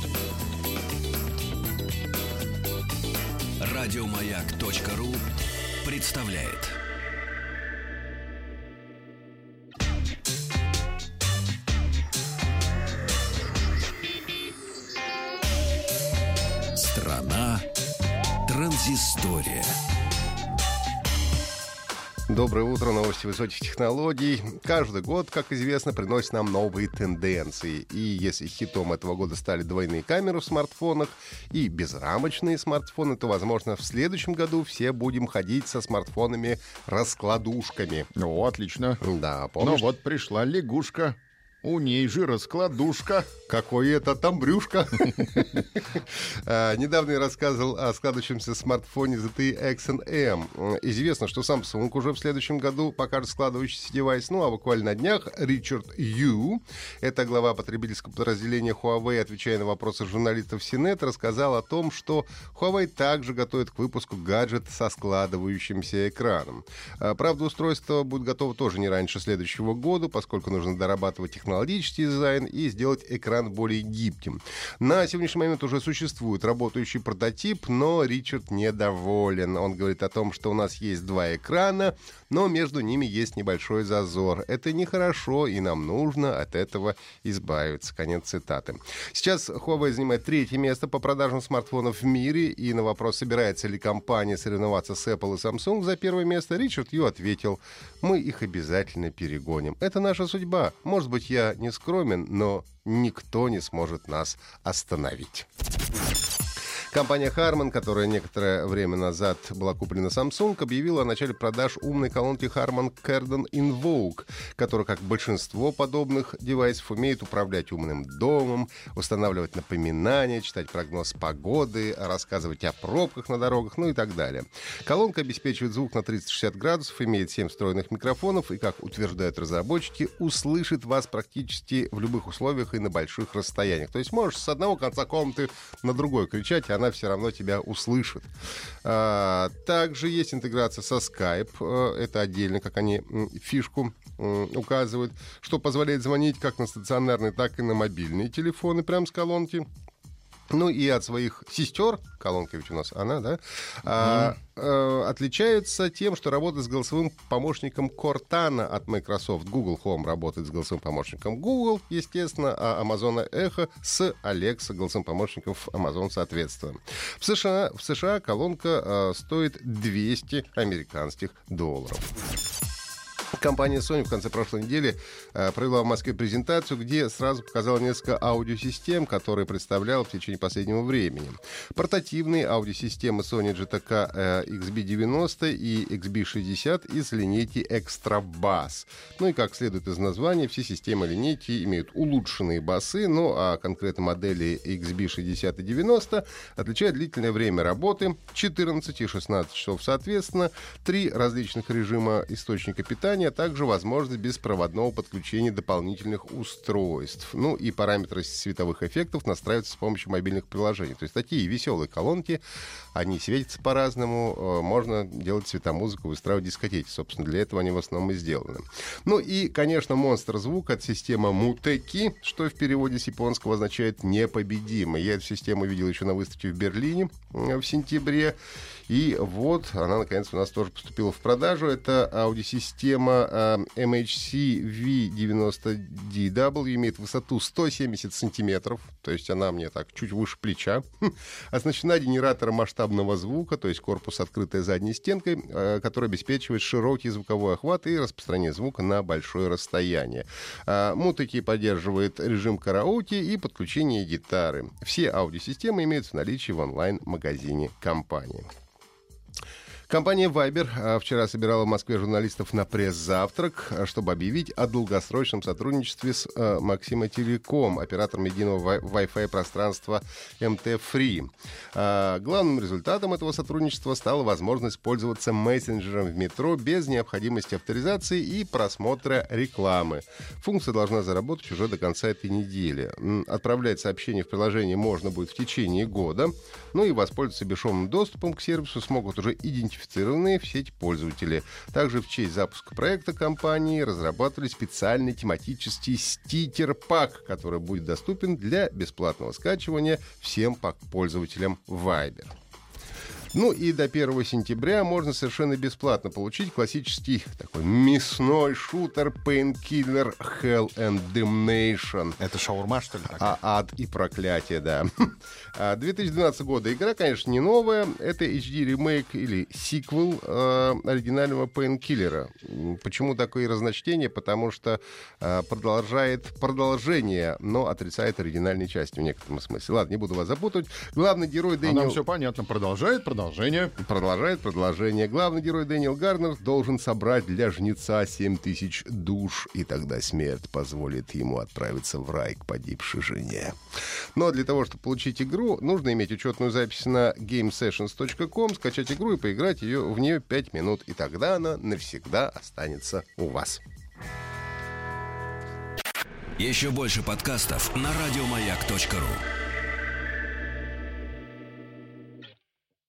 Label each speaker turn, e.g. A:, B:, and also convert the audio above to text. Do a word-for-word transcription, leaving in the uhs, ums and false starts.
A: Радиомаяк.ру представляет. Страна транзистория.
B: Доброе утро, новости высоких технологий. Каждый год, как известно, приносит нам новые тенденции. И если хитом этого года стали двойные камеры в смартфонах и безрамочные смартфоны, то, возможно, в следующем году все будем ходить со смартфонами-раскладушками.
C: О, отлично.
B: Да, помнишь?
C: Ну вот пришла лягушка. У ней же раскладушка.
B: Какое это там брюшко. Недавно я рассказывал о складывающемся смартфоне зет ти икс эн эм. Известно, что Samsung уже в следующем году покажет складывающийся девайс. Ну, а буквально на днях Ричард Ю, это глава потребительского подразделения Huawei, отвечая на вопросы журналистов си нет, рассказал о том, что Huawei также готовит к выпуску гаджет со складывающимся экраном. Правда, устройство будет готово тоже не раньше следующего года, поскольку нужно дорабатывать технологический дизайн и сделать экран более гибким. На сегодняшний момент уже существует работающий прототип, но Ричард недоволен. Он говорит о том, что у нас есть два экрана, но между ними есть небольшой зазор. Это нехорошо, и нам нужно от этого избавиться. Конец цитаты. Сейчас Huawei занимает третье место по продажам смартфонов в мире, и на вопрос, собирается ли компания соревноваться с Apple и Samsung за первое место, Ричард Ю ответил: мы их обязательно перегоним. Это наша судьба. Может быть, я не скромен, но никто не сможет нас остановить. Компания Harman, которая некоторое время назад была куплена Samsung, объявила о начале продаж умной колонки Harman Kardon Invoke, которая, как большинство подобных девайсов, умеет управлять умным домом, устанавливать напоминания, читать прогноз погоды, рассказывать о пробках на дорогах, ну и так далее. Колонка обеспечивает звук на триста шестьдесят градусов, имеет семь встроенных микрофонов и, как утверждают разработчики, услышит вас практически в любых условиях и на больших расстояниях. То есть можешь с одного конца комнаты на другой кричать, она все равно тебя услышит. А, также есть интеграция со Skype. Это отдельно, как они фишку указывают, что позволяет звонить как на стационарные, так и на мобильные телефоны прямо с колонки. Ну и от своих сестер, колонка ведь у нас она, да, mm-hmm. а, а, отличаются тем, что работает с голосовым помощником Cortana от Microsoft. Google Home работает с голосовым помощником Google, естественно, а Amazon Echo с Alexa, голосовым помощником Amazon, соответственно. В США, в США колонка а, стоит двести американских долларов. Компания Sony в конце прошлой недели э, провела в Москве презентацию, где сразу показала несколько аудиосистем, которые представляла в течение последнего времени. Портативные аудиосистемы Sony джи ти кей э, икс би девяносто и икс би шестьдесят из линейки Extra Bass. Ну и, как следует из названия, все системы линейки имеют улучшенные басы, ну а конкретно модели икс би шестьдесят и девяносто отличают длительное время работы, четырнадцать и шестнадцать часов соответственно, три различных режима источника питания, а также возможность беспроводного подключения дополнительных устройств. Ну и параметры световых эффектов настраиваются с помощью мобильных приложений. То есть такие веселые колонки, они светятся по-разному, можно делать цветомузыку, выстраивать дискотеки. Собственно, для этого они в основном и сделаны. Ну и, конечно, монстр звука от системы Muteki, что в переводе с японского означает «непобедимый». Я эту систему видел еще на выставке в Берлине в сентябре. И вот она, наконец, у нас тоже поступила в продажу. Это аудиосистема эм эйч си ви девяносто ди дабл ю, имеет высоту сто семьдесят сантиметров, то есть она мне так чуть выше плеча. Оснащена генератором масштабного звука, то есть корпус, открытой задней стенкой, который обеспечивает широкий звуковой охват и распространение звука на большое расстояние. Muteki поддерживает режим караоке и подключение гитары. Все аудиосистемы имеются в наличии в онлайн-магазине компании. Компания Viber вчера собирала в Москве журналистов на пресс-завтрак, чтобы объявить о долгосрочном сотрудничестве с Максима Телеком, оператором единого Wi-Fi пространства эм тэ Free. Главным результатом этого сотрудничества стала возможность пользоваться мессенджером в метро без необходимости авторизации и просмотра рекламы. Функция должна заработать уже до конца этой недели. Отправлять сообщения в приложение можно будет в течение года, ну и воспользоваться бесшовным доступом к сервису смогут уже идентифицированные сертифицированные в сеть пользователи. Также в честь запуска проекта компании разрабатывали специальный тематический стикер-пак, который будет доступен для бесплатного скачивания всем пользователям Viber. Ну и до первого сентября можно совершенно бесплатно получить классический такой мясной шутер Painkiller Hell and Damnation.
C: Это шаурма, что ли?
B: А, ад и проклятие, да. две тысячи двенадцатого года. Игра, конечно, не новая. Это эйч ди-ремейк или сиквел э, оригинального Painkiller. Почему такое разночтение? Потому что э, продолжает продолжение, но отрицает оригинальной части в некотором смысле. Ладно, не буду вас запутывать. Главный герой Дэниел...
C: А нам все понятно. Продолжает, продолжение.
B: Продолжает продолжение. Главный герой Дэниел Гарнер должен собрать для жнеца семь тысяч душ, и тогда смерть позволит ему отправиться в рай к погибшей жене. Но для того, чтобы получить игру, нужно иметь учетную запись на гейм сешенс точка ком, скачать игру и поиграть ее, в нее пять минут, и тогда она навсегда останется у вас.
A: Еще больше подкастов на радиомаяк точка ру.